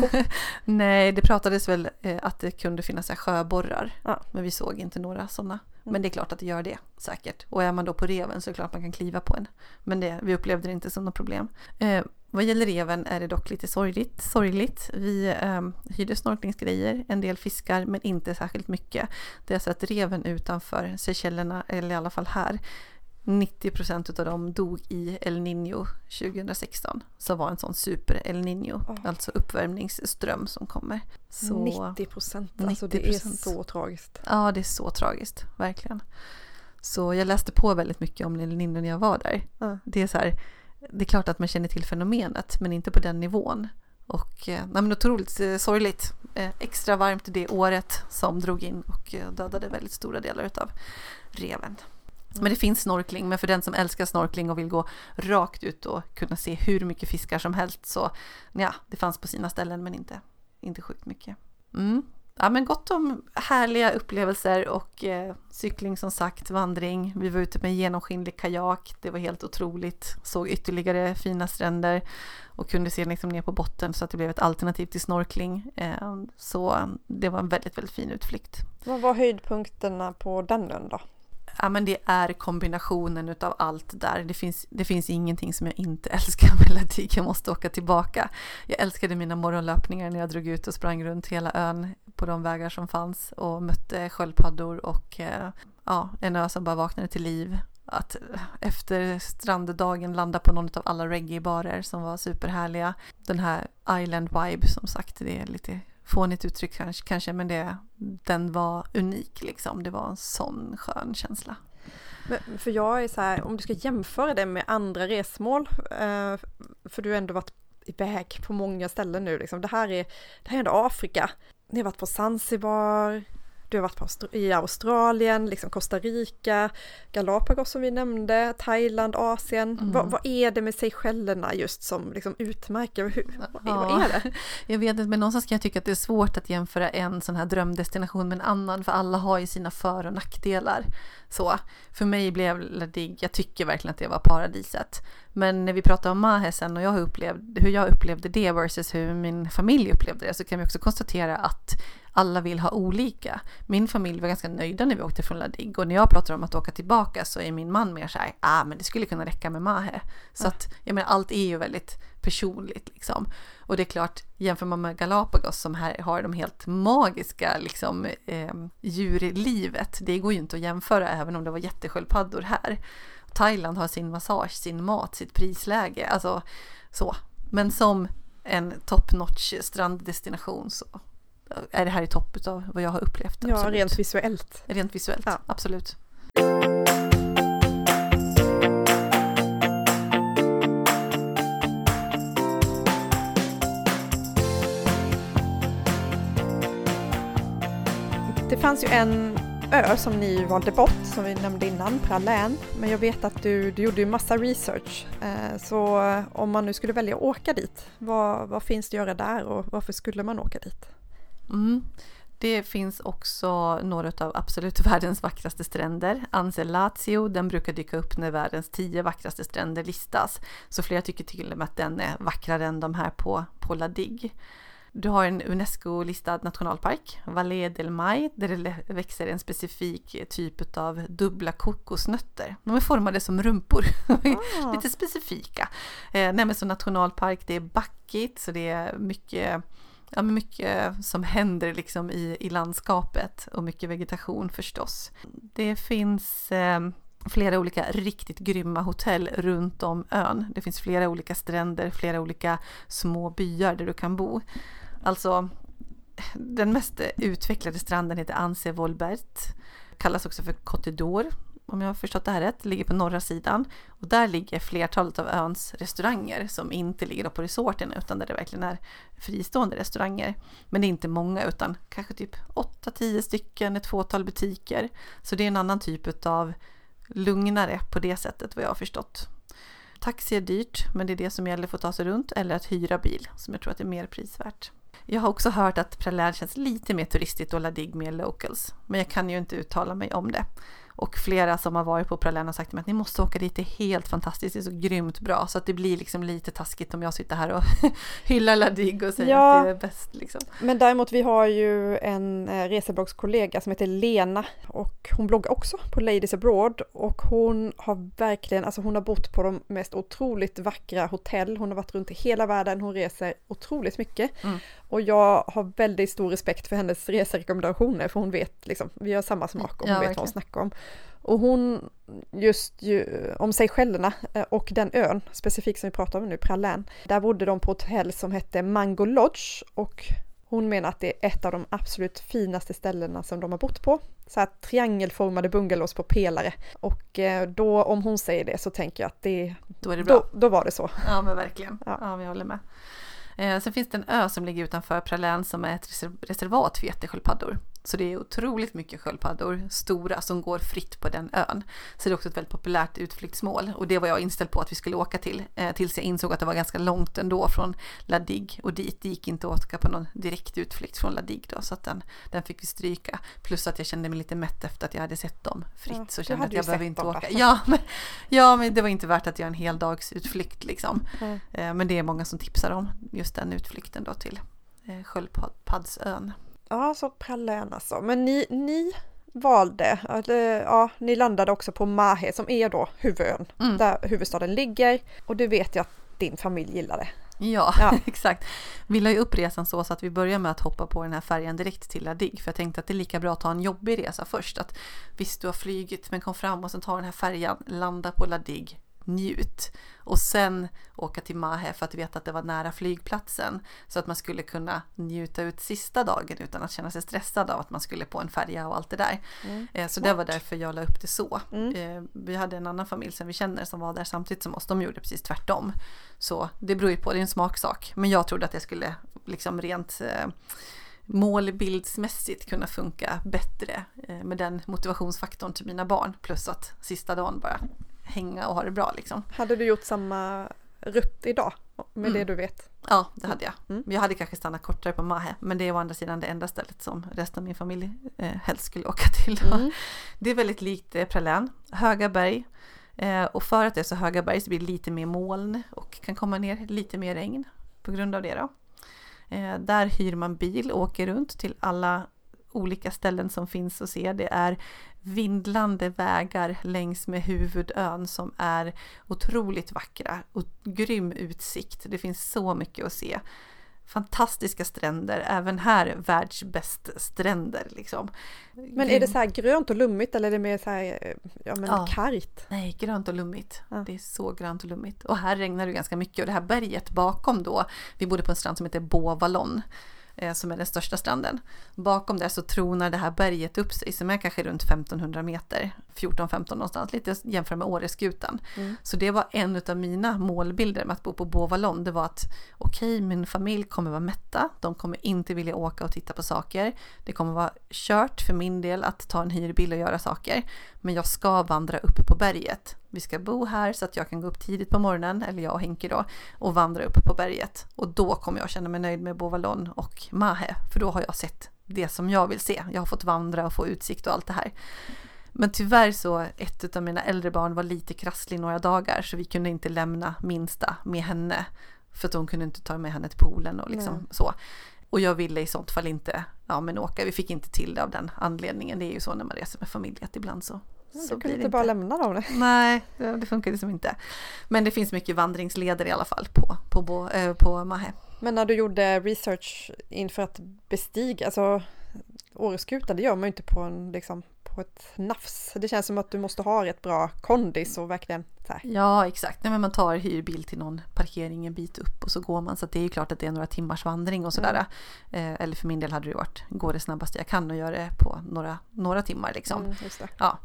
Nej, det pratades väl eh, att det kunde finnas här sjöborrar. Ja. Men vi såg inte några sådana. Mm. Men det är klart att det gör det, säkert. Och är man då på reven så är det klart att man kan kliva på en. Men det, vi upplevde det inte som något problem. Eh, vad gäller reven är det dock lite sorgligt. sorgligt. Vi eh, hyrde snorklingsgrejer, en del fiskar, men inte särskilt mycket. Det är så att reven utanför Seychellerna, eller i alla fall här, nittio procent av dem dog i El Niño tjugohundrasexton. Så var en sån super El Niño. Oh. Alltså uppvärmningsström som kommer. Så nittio procent. Alltså det är så tragiskt. Ja, det är så tragiskt. Verkligen. Så jag läste på väldigt mycket om El Niño när jag var där. Mm. Det är så här, det är klart att man känner till fenomenet, men inte på den nivån. Och eh, nej, men otroligt eh, sorgligt. Eh, extra varmt det året som drog in och eh, dödade väldigt stora delar av reven. Mm. Men det finns snorkling, men för den som älskar snorkling och vill gå rakt ut och kunna se hur mycket fiskar som helst, så ja, det fanns på sina ställen men inte, inte sjukt mycket. Mm. Ja, men gott om härliga upplevelser och eh, cykling som sagt, vandring. Vi var ute med en genomskinlig kajak. Det var helt otroligt. Såg ytterligare fina stränder och kunde se liksom ner på botten, så att det blev ett alternativ till snorkling. Eh, så det var en väldigt, väldigt fin utflykt. Vad var höjdpunkterna på den ön då? Ja, men det är kombinationen utav allt där. Det finns, det finns ingenting som jag inte älskar med La Digue. Jag måste åka tillbaka. Jag älskade mina morgonlöpningar när jag drog ut och sprang runt hela ön på de vägar som fanns och mötte sköldpaddor och eh, ja, en ö som bara vaknade till liv. Att efter stranddagen landa på någon av alla reggae-barer som var superhärliga. Den här island vibe, som sagt, det är lite fånigt uttryck kanske, kanske men det, den var unik liksom. Det var en sån skön känsla. Men för jag är så här, om du ska jämföra det med andra resmål, eh, för du har ändå varit iväg på många ställen nu liksom. Det här är, det här är ändå Afrika. Ni har varit på Zanzibar, du har varit på Aust- i Australien, liksom Costa Rica, Galapagos som vi nämnde, Thailand, Asien. Mm. Va, vad är det med Seychellerna just som liksom utmärker? Hur, ja, vad är det? Jag vet inte, men någonstans kan jag tycka att det är svårt att jämföra en sån här drömdestination med en annan, för alla har ju sina för- och nackdelar. Så för mig blev La Digue, jag tycker verkligen att det var paradiset. Men när vi pratar om Mahe sen och jag upplevde, hur jag upplevde det versus hur min familj upplevde det, så kan vi också konstatera att alla vill ha olika. Min familj var ganska nöjda när vi åkte från La Digue, och när jag pratar om att åka tillbaka så är min man mer så här, ah, men det skulle kunna räcka med Mahe. Så ja. att, jag menar, allt är ju väldigt personligt liksom. Och det är klart, jämför man med Galapagos som här har de helt magiska liksom, eh, djurlivet, det går ju inte att jämföra även om det var jättesköldpaddor här. Thailand har sin massage, sin mat, sitt prisläge, alltså så. Men som en top-notch stranddestination så är det här i topp av vad jag har upplevt. Ja, absolut. rent visuellt. Rent visuellt, ja. Absolut. Det fanns ju en ö som ni valde bort, som vi nämnde innan, Praslin. Men jag vet att du, du gjorde ju massa research. Eh, så om man nu skulle välja att åka dit, vad, vad finns det att göra där och varför skulle man åka dit? Mm. Det finns också några av absolut världens vackraste stränder. Anse Lazio, den brukar dyka upp när världens tio vackraste stränder listas. Så flera tycker till och med att den är vackrare än de här på, på La Digue. Du har en UNESCO-listad nationalpark, Vallée del Mai, där det växer en specifik typ av dubbla kokosnötter. De är formade som rumpor, ah. lite specifika. Eh, nej, så nationalpark, det är backigt, så det är mycket, ja, mycket som händer liksom i, i landskapet och mycket vegetation förstås. Det finns eh, flera olika riktigt grymma hotell runt om ön. Det finns flera olika stränder, flera olika små byar där du kan bo. Alltså, den mest utvecklade stranden heter Anse Volbert. Kallas också för Côte d'Or, om jag har förstått det här rätt. Ligger på norra sidan. Och där ligger flertalet av öns restauranger som inte ligger på resorten, utan där det verkligen är fristående restauranger. Men det är inte många, utan kanske typ åtta tio stycken, ett fåtal butiker. Så det är en annan typ av lugnare på det sättet, vad jag har förstått. Taxi är dyrt, men det är det som gäller för att ta sig runt, eller att hyra bil, som jag tror att är mer prisvärt. Jag har också hört att Praslin känns lite mer turistigt och La Digue mer locals, men jag kan ju inte uttala mig om det. Och flera som har varit på Praslin har sagt till mig att ni måste åka dit, det är helt fantastiskt, det är så grymt bra, så att det blir liksom lite taskigt om jag sitter här och hyllar La Digue och säger ja, att det är bäst liksom. Men däremot, vi har ju en resebloggskollega som heter Lena, och hon bloggar också på Ladies Abroad, och hon har verkligen, alltså hon har bott på de mest otroligt vackra hotell, hon har varit runt i hela världen, hon reser otroligt mycket. Mm. Och jag har väldigt stor respekt för hennes reserekommendationer, för hon vet liksom, vi har samma smak och hon ja, vet verkligen vad hon snackar om. Och hon, just ju, om Seychellerna och den ön, specifikt som vi pratar om nu, Praslin, där bodde de på ett hotell som hette Mango Lodge, och hon menar att det är ett av de absolut finaste ställena som de har bott på. Så här triangelformade bungalows på pelare. Och då, om hon säger det, så tänker jag att det, då, är det bra. Då, då var det så. Ja, men verkligen. Ja, ja, jag håller med. Eh, sen finns det en ö som ligger utanför Pralän som är ett reserv- reservat för jättesköldpaddor. Så det är otroligt mycket sköldpaddor, stora, som går fritt på den ön. Så det är också ett väldigt populärt utflyktsmål. Och det var jag inställd på att vi skulle åka till. Eh, tills jag insåg att det var ganska långt ändå från La Digue och dit. Det gick inte att åka på någon direkt utflykt från La Digue då. Så att den, den fick vi stryka. Plus att jag kände mig lite mätt efter att jag hade sett dem fritt. Ja, så kände att jag behöver inte åka. Ja men, ja, men det var inte värt att göra en hel dags utflykt liksom. Mm. Eh, men det är många som tipsar om just den utflykten då till eh, Sköldpaddsön. Ja, så Pralän alltså. Men ni, ni valde, eller, ja, ni landade också på Mahe som är då huvudön, mm. där huvudstaden ligger. Och du vet ju att din familj gillar det. Ja, ja. Exakt. Vi la ju upp resan så, så att vi börjar med att hoppa på den här färjan direkt till La Digue. För jag tänkte att det är lika bra att ta en jobbig resa först. Att visst, du har flygit men kom fram och sen tar den här färjan, landa på La Digue, njut. Och sen åka till Mahe för att veta att det var nära flygplatsen. Så att man skulle kunna njuta ut sista dagen utan att känna sig stressad av att man skulle på en färja och allt det där. Mm. Eh, så det var därför jag la upp det så. Mm. Eh, vi hade en annan familj som vi känner som var där samtidigt som oss. De gjorde precis tvärtom. Så det beror ju på, det är en smaksak. Men jag trodde att jag skulle liksom rent eh, målbildsmässigt kunna funka bättre eh, med den motivationsfaktorn till mina barn. Plus att sista dagen bara hänga och ha det bra liksom. Hade du gjort samma rutt idag med mm. det du vet? Ja, det hade jag. Mm. Jag hade kanske stannat kortare på Mahe, men det är å andra sidan det enda stället som resten av min familj eh, helst skulle åka till. Mm. Det är väldigt likt eh, Pralän. Höga berg. Eh, och för att det är så höga berg så blir det lite mer moln och kan komma ner lite mer regn på grund av det då. Eh, där hyr man bil och åker runt till alla olika ställen som finns att se. Det är vindlande vägar längs med huvudön som är otroligt vackra och grym utsikt. Det finns så mycket att se. Fantastiska stränder, även här världsbäst stränder liksom. Men är det så här grönt och lummigt eller är det mer så här, ja men ja. kargt? Nej, grönt och lummigt. Ja. Det är så grönt och lummigt. Och här regnar det ganska mycket och det här berget bakom då, vi bodde på en strand som heter Beau Vallon, som är den största stranden. Bakom där så tronar det här berget upp sig som är kanske runt femtonhundra meter, fjorton femton någonstans, lite jämfört med Åreskutan. Mm. Så det var en av mina målbilder med att bo på Beau Vallon. Det var att okej, okay, min familj kommer vara mätta, de kommer inte vilja åka och titta på saker. Det kommer vara kört för min del att ta en hyrbil och göra saker, men jag ska vandra upp på berget. Vi ska bo här så att jag kan gå upp tidigt på morgonen, eller jag och Henke då, och vandra upp på berget. Och då kommer jag känna mig nöjd med Beau Vallon och Mahe, för då har jag sett det som jag vill se. Jag har fått vandra och få utsikt och allt det här. Men tyvärr så, ett av mina äldre barn var lite krasslig några dagar, så vi kunde inte lämna minsta med henne, för att hon kunde inte ta med henne till poolen och liksom mm. så. Och jag ville i sånt fall inte ja, men åka. Vi fick inte till det av den anledningen. Det är ju så när man reser med familj att ibland så Så du kunde inte bara lämna dem? Nej, det funkar liksom inte. Men det finns mycket vandringsleder i alla fall på, på, äh, på Mahe. Men när du gjorde research inför att bestiga, alltså Åreskutan, det gör man ju inte på, en, liksom, på ett nafs. Det känns som att du måste ha ett bra kondis och verkligen så här. Ja, exakt. Nej, men man tar hyrbil till någon parkering en bit upp och så går man. Så att det är ju klart att det är några timmars vandring och sådär. Mm. Eh, eller för min del hade det varit, gå det snabbaste jag kan och göra det på några, några timmar liksom. Mm, just det. Ja.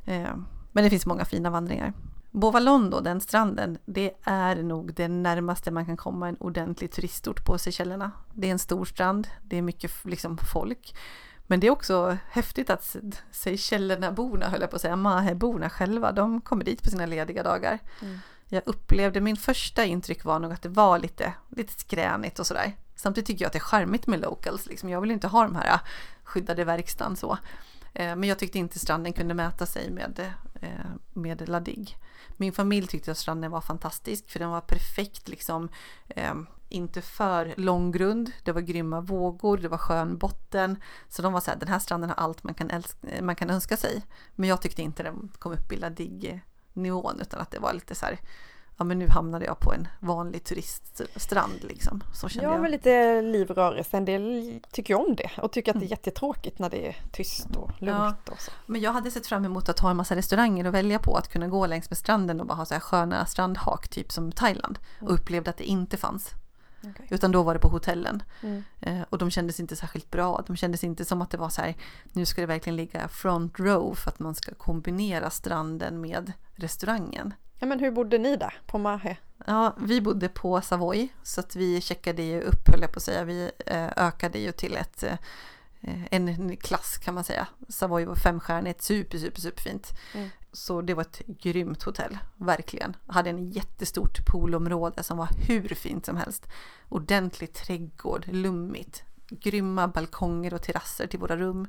Men det finns många fina vandringar. Beau Vallon då, den stranden, det är nog det närmaste man kan komma en ordentlig turistort på Seychellerna. Det är en stor strand, det är mycket liksom folk. Men det är också häftigt att Seychellerna-borna, höll jag på att säga, Mahe-borna själva, de kommer dit på sina lediga dagar. Mm. Jag upplevde, min första intryck var nog att det var lite, lite skränigt och sådär. Samtidigt tycker jag att det är charmigt med locals. Liksom. Jag vill inte ha de här skyddade verkstaden så. Men jag tyckte inte stranden kunde mäta sig med, med La Digue. Min familj tyckte att stranden var fantastisk för den var perfekt liksom, eh, inte för långgrund, det var grymma vågor, det var skön botten, så de var så här, den här stranden har allt man kan, älska, man kan önska sig. Men jag tyckte inte den kom upp i La Digue-nivån utan att det var lite så här, ja men nu hamnade jag på en vanlig turiststrand liksom. Så kände ja, jag. Men lite livrörelse. En del tycker om det och tycker att det är jättetråkigt när det är tyst och lugnt. Ja. Och så. Men jag hade sett fram emot att ha en massa restauranger att välja på. Att kunna gå längs med stranden och bara ha så här sköna strandhak typ som Thailand. Och upplevde att det inte fanns. Okay. Utan då var det på hotellen. Mm. Eh, och de kändes inte särskilt bra. De kändes inte som att det var så här, nu ska det verkligen ligga front row för att man ska kombinera stranden med restaurangen. Ja, men hur bodde ni där på Mahe? Ja, vi bodde på Savoy så att vi checkade ju upp, höll jag på att säga. Vi eh, ökade ju till ett, eh, en klass kan man säga. Savoy var femstjärnigt, super, super, superfint. Mm. Så det var ett grymt hotell, verkligen. Hade en jättestort poolområde som var hur fint som helst. Ordentlig trädgård, lummigt. Grymma balkonger och terrasser till våra rum.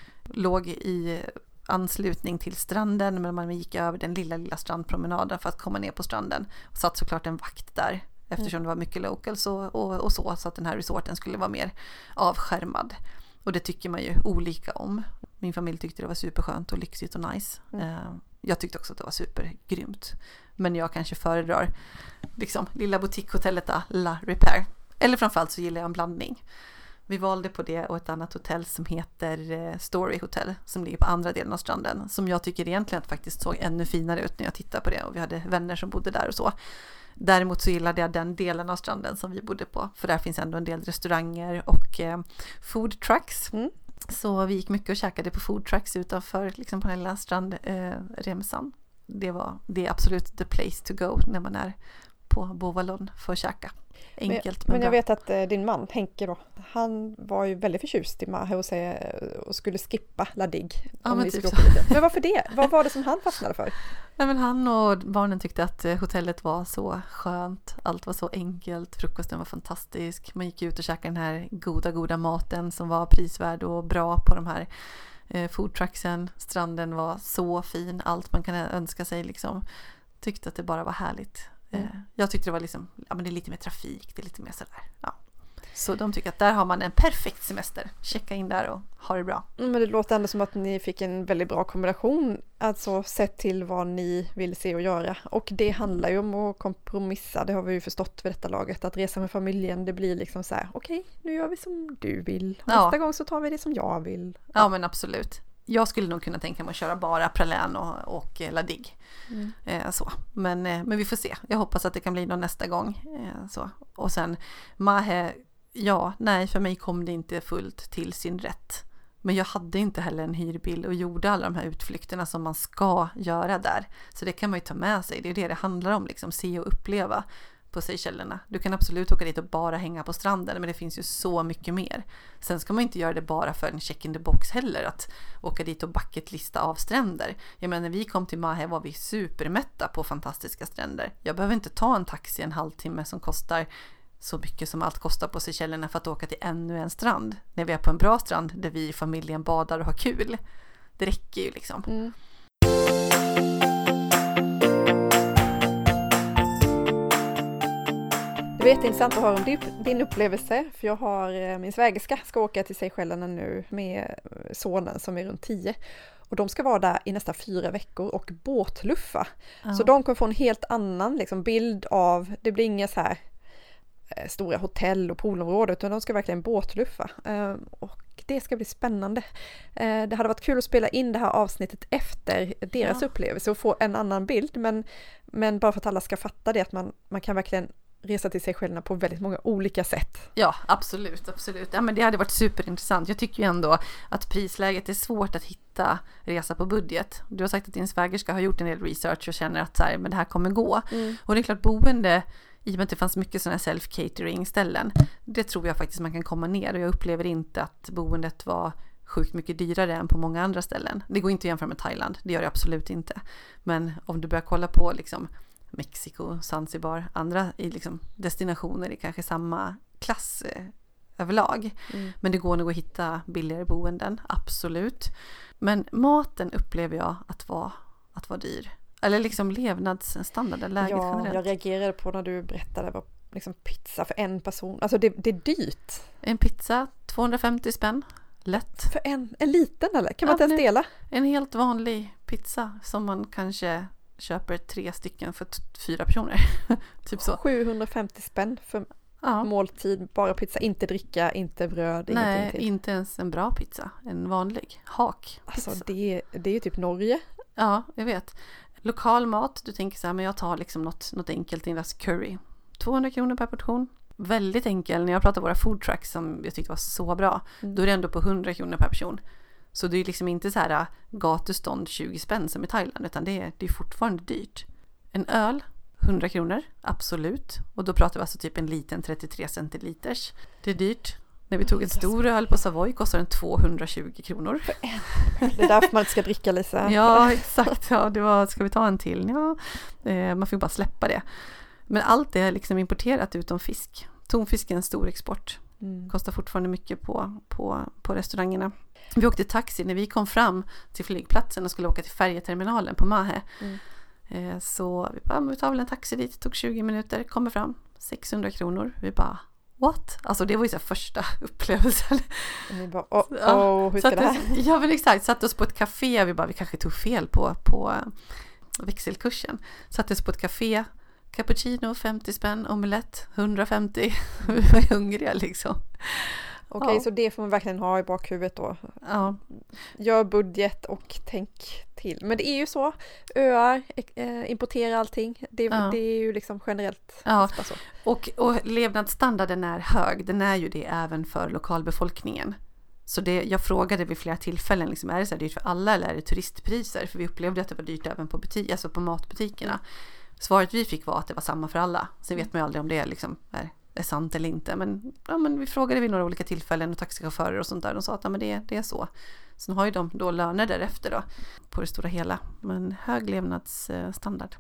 Låg i anslutning till stranden, men man gick över den lilla, lilla strandpromenaden för att komma ner på stranden. Och satt såklart en vakt där, eftersom mm. det var mycket locals och, och, och så, så att den här resorten skulle vara mer avskärmad. Och det tycker man ju olika om. Min familj tyckte det var superskönt och lyxigt och nice. Mm. Jag tyckte också att det var supergrymt. Men jag kanske föredrar liksom lilla boutiquehotellet La Repair. Eller framförallt så gillar jag en blandning. Vi valde på det och ett annat hotell som heter Story Hotel som ligger på andra delen av stranden. Som jag tycker egentligen faktiskt såg ännu finare ut när jag tittade på det. Och vi hade vänner som bodde där och så. Däremot så gillade jag den delen av stranden som vi bodde på. För där finns ändå en del restauranger och eh, food trucks. Mm. Så vi gick mycket och käkade på food trucks utanför liksom på den lilla strandremsan. Eh, det var det är absolut the place to go när man är på Bovalon för att käka. Enkelt, men, men jag vet att eh, din man Henke då, han var ju väldigt förtjust i Mahe och, säga, och skulle skippa La Digue. Ja, men, typ men varför det? Vad var det som han fastnade för? Nej, men han och barnen tyckte att eh, hotellet var så skönt. Allt var så enkelt. Frukosten var fantastisk. Man gick ut och käkade den här goda, goda maten som var prisvärd och bra på de här eh, foodtrucksen. Stranden var så fin. Allt man kan önska sig liksom. Tyckte att det bara var härligt. Mm. Jag tyckte det var liksom, ja men det är lite mer trafik, det är lite mer sådär, ja. Så de tycker att där har man en perfekt semester. Checka in där och ha det bra. Men det låter ändå som att ni fick en väldigt bra kombination, alltså sett till vad ni vill se och göra. Och det handlar ju om att kompromissa, det har vi ju förstått vid detta laget, att resa med familjen, det blir liksom så här: okej, okay, nu gör vi som du vill. Ja. Nästa gång så tar vi det som jag vill. Ja, ja men absolut. Jag skulle nog kunna tänka mig att köra bara Praslin och, och La Digue. Mm. Eh, så. Men, eh, men vi får se. Jag hoppas att det kan bli någon nästa gång. Eh, så. Och sen Mahe, ja, nej, för mig kom det inte fullt till sin rätt. Men jag hade inte heller en hyrbil och gjorde alla de här utflykterna som man ska göra där. Så det kan man ju ta med sig. Det är det det handlar om, liksom, se och uppleva på Seychellerna. Du kan absolut åka dit och bara hänga på stranden, men det finns ju så mycket mer. Sen ska man inte göra det bara för en check in the box heller, att åka dit och bucketlista av stränder. Jag menar, när vi kom till Mahe var vi supermätta på fantastiska stränder. Jag behöver inte ta en taxi en halvtimme som kostar så mycket som allt kostar på Seychellerna för att åka till ännu en strand. När vi är på en bra strand där vi i familjen badar och har kul. Det räcker ju liksom. Mm. Det var jätteintressant att höra om din upplevelse, för jag har, min svägerska ska åka till Seychellerna nu med sonen som är runt tio. Och de ska vara där i nästan fyra veckor och båtluffa. Ja. Så de kommer få en helt annan liksom, bild av, det blir inga så här eh, stora hotell och poolområden, utan de ska verkligen båtluffa. Eh, och det ska bli spännande. Eh, det hade varit kul att spela in det här avsnittet efter deras ja. upplevelse och få en annan bild. Men, men bara för att alla ska fatta det, att man, man kan verkligen resa till Seychellerna på väldigt många olika sätt. Ja, absolut, absolut. Ja, men det hade varit superintressant. Jag tycker ju ändå att prisläget är svårt att hitta resa på budget. Du har sagt att din svägerska har gjort en del research och känner att så här, men det här kommer gå. Mm. Och det är klart, boende, i och med att det fanns mycket sådana self-catering ställen, det tror jag faktiskt man kan komma ner. Och jag upplever inte att boendet var sjukt mycket dyrare än på många andra ställen. Det går inte att jämföra med Thailand, det gör det absolut inte. Men om du börjar kolla på liksom Mexiko, Zanzibar, andra i liksom destinationer i kanske samma klass eh, överlag. Mm. Men det går nog att hitta billigare boenden, absolut. Men maten upplever jag att vara, att vara dyr. Eller liksom levnadsstandarden, läget ja, generellt. Jag reagerade på när du berättade vad liksom pizza för en person. Alltså det, det är dyrt. En pizza, tvåhundrafemtio spänn. Lätt. För en, en liten eller? Kan ja, man inte ens dela? En helt vanlig pizza som man kanske köper tre stycken för t- fyra personer. Typ så. sjuhundrafemtio spänn för ja. måltid, bara pizza, inte dricka, inte bröd, nej, ingenting till. Inte ens en bra pizza, en vanlig hak. Alltså det, det är ju typ Norge. Ja, jag vet. Lokal mat, du tänker så här, men jag tar liksom något, något enkelt, en glass curry. tvåhundra kronor per portion. Väldigt enkel. När jag pratar om våra food trucks som jag tyckte var så bra, mm. då är det ändå på hundra kronor per person. Så det är liksom inte så här gatustånd tjugo spänn som i Thailand, utan det är, det är fortfarande dyrt. En öl hundra kronor, absolut. Och då pratar vi alltså typ en liten trettiotre centiliters. Det är dyrt. När vi tog en stor öl på Savoy kostade den tvåhundratjugo kronor. Det är därför man inte ska dricka, Lisa. Ja, exakt. Ja, det var, ska vi ta en till? Ja, eh, man fick bara släppa det. Men allt är liksom importerat utom fisk. Tonfisk är en stor export. Mm. Kostar fortfarande mycket på, på, på restaurangerna. Vi åkte taxi när vi kom fram till flygplatsen och skulle åka till färjeterminalen på Mahe. Mm. Eh, så vi bara, vi tar väl en taxi dit. Det tog tjugo minuter, kommer fram. sexhundra kronor. Vi bara, what? Alltså det var ju så här första upplevelsen. Och ni bara, oh, oh, hur ska det här? Ja, men exakt. Satt oss på ett café. Vi bara, vi kanske tog fel på, på växelkursen. Satt oss på ett café. Cappuccino, femtio spänn. Omelett, hundrafemtio. Vi var hungriga liksom. Okej, okay, ja. Så det får man verkligen ha i bakhuvudet då. Ja. Gör budget och tänk till. Men det är ju så. Öar, eh, importera allting. Det, ja. det är ju liksom generellt ja. så. Och, och levnadsstandarden är hög. Den är ju det även för lokalbefolkningen. Så det, jag frågade vid flera tillfällen, liksom, är det så här dyrt för alla eller är det turistpriser? För vi upplevde att det var dyrt även på, butik, alltså på matbutikerna. Svaret vi fick var att det var samma för alla. Sen vet man ju aldrig om det liksom är är sant eller inte, men, ja, men vi frågade vid några olika tillfällen och taxichaufförer och sånt där, de sa att ja, men det, det är så. Sen har ju de då löner därefter då, på det stora hela, men hög levnadsstandard.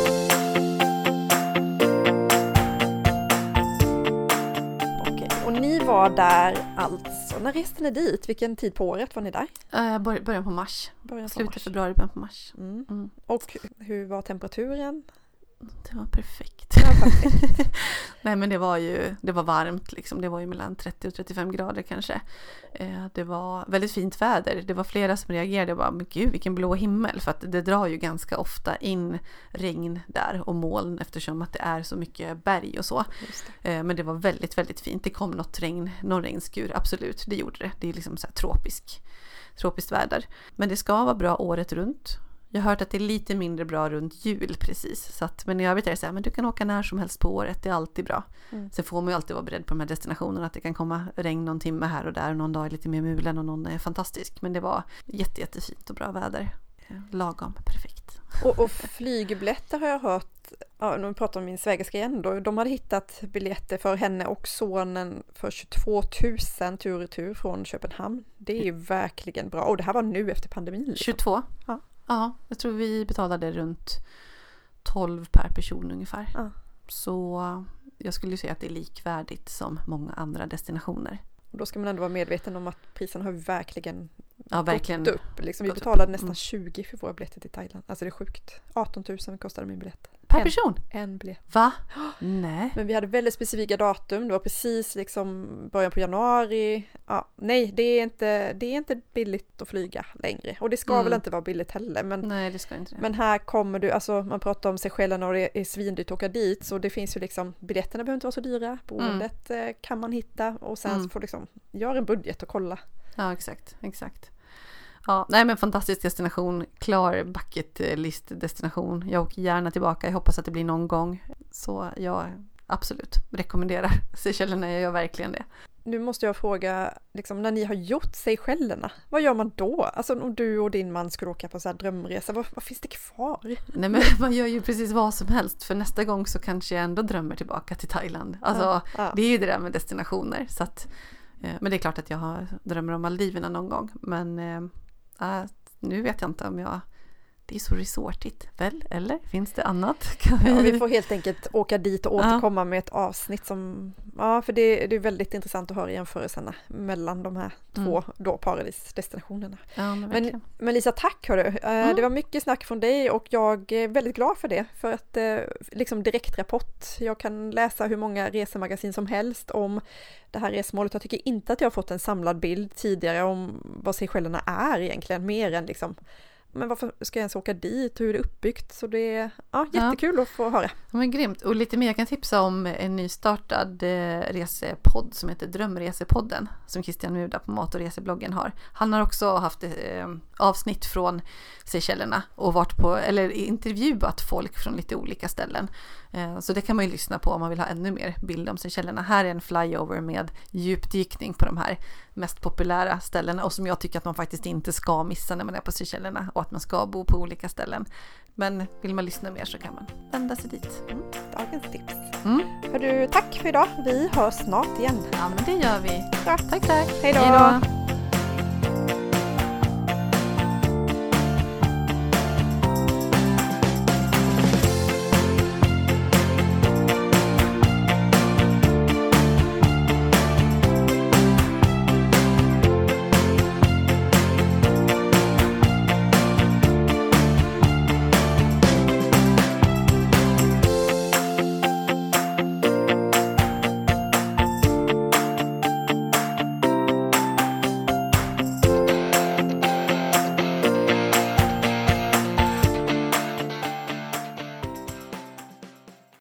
Okej, och ni var där alltså, när reste ni dit? Vilken tid på året var ni där? Uh, bör, början på mars, början på slutet mars. februari, början på mars. Mm. Mm. Och hur var temperaturen? Det var perfekt. Ja, perfekt. Nej, men det var ju det var varmt liksom. Det var ju mellan trettio och trettiofem grader kanske. Eh, det var väldigt fint väder. Det var flera som reagerade och bara, men gud vilken blå himmel, för att det drar ju ganska ofta in regn där och moln eftersom att det är så mycket berg och så. Det. Eh, men det var väldigt väldigt fint. Det kom något regn, någon regnskur, absolut. Det gjorde det. Det är liksom så här tropisk tropiskt väder. Men det ska vara bra året runt. Jag har hört att det är lite mindre bra runt jul precis. Så att, men i övrigt är det så här, men du kan åka när som helst på året. Det är alltid bra. Mm. Sen får man ju alltid vara beredd på de här destinationerna. Att det kan komma regn någon timme här och där. Och någon dag är lite mer mulen och någon är fantastisk. Men det var jätte, jättefint och bra väder. Lagom, perfekt. Och, och flygbiljetter har jag hört. Ja, nu pratar om min svägerska igen då. De hade hittat biljetter för henne och sonen för tjugotvå tusen tur och tur från Köpenhamn. Det är ju verkligen bra. Och det här var nu efter pandemin. Liksom. tjugotvå? Ja. Ja, jag tror vi betalade runt tolv per person ungefär. Ja. Så jag skulle säga att det är likvärdigt som många andra destinationer. Och då ska man ändå vara medveten om att priserna har verkligen, ja, verkligen gått upp. Liksom, vi gått betalade upp. nästan Mm. tjugo för våra biljetter till Thailand. Alltså det är sjukt. arton tusen kostade min biljett. Per en, person? En biljett. Va? Nej. Men vi hade väldigt specifika datum. Det var precis liksom början på januari. Ja, nej, det är, inte, det är inte billigt att flyga längre. Och det ska mm. väl inte vara billigt heller. Men, nej, det ska inte det. Men här kommer du, alltså man pratar om Seychellerna och det är svindyrt att åka dit. Så det finns ju liksom, biljetterna behöver inte vara så dyra. Boendet mm. kan man hitta. Och sen mm. får liksom, göra en budget och kolla. Ja, exakt, exakt. Ja, nej men fantastisk destination, klar bucket list destination. Jag åker gärna tillbaka, jag hoppas att det blir någon gång. Så jag absolut rekommenderar Seychellerna, jag gör verkligen det. Nu måste jag fråga, liksom, när ni har gjort Seychellerna, vad gör man då? Alltså om du och din man skulle åka på så här drömresa, vad, vad finns det kvar? Nej, men man gör ju precis vad som helst, för nästa gång så kanske jag ändå drömmer tillbaka till Thailand. Alltså ja, ja. Det är ju det där med destinationer, så att, men det är klart att jag har drömmer om Maldiverna någon gång, men äh, nu vet jag inte om jag, det är så resortigt, väl? Eller? Finns det annat? Kan vi... Ja, vi får helt enkelt åka dit och återkomma ja. med ett avsnitt som, ja, för det, det är väldigt intressant att höra jämförelserna mellan de här två mm. då paradisdestinationerna. Ja, men, men, men Lisa, tack hörru. Mm. Det var mycket snack från dig och jag är väldigt glad för det, för att liksom direktrapport, jag kan läsa hur många resemagasin som helst om det här resmålet. Jag tycker inte att jag har fått en samlad bild tidigare om vad Seychellerna är egentligen, mer än liksom, men varför ska jag ens åka dit? Hur är det uppbyggt? Så det är ja, jättekul ja. att få höra. Ja, men grymt. Och lite mer, jag kan tipsa om en nystartad eh, resepodd som heter Drömresepodden, som Christian Muda på Mat- och resebloggen har. Han har också haft eh, avsnitt från Seychellerna och varit på, eller intervjuat folk från lite olika ställen. Eh, så det kan man ju lyssna på om man vill ha ännu mer bild om Seychellerna. Här är en flyover med djupdykning på de här mest populära ställena och som jag tycker att man faktiskt inte ska missa när man är på Seychellerna och att man ska bo på olika ställen. Men vill man lyssna mer så kan man vända sig dit. Mm, dagens tips. Mm. För du, tack för idag. Vi hörs snart igen. Ja, men det gör vi. Bra. Tack, tack. Hej då. Hej då.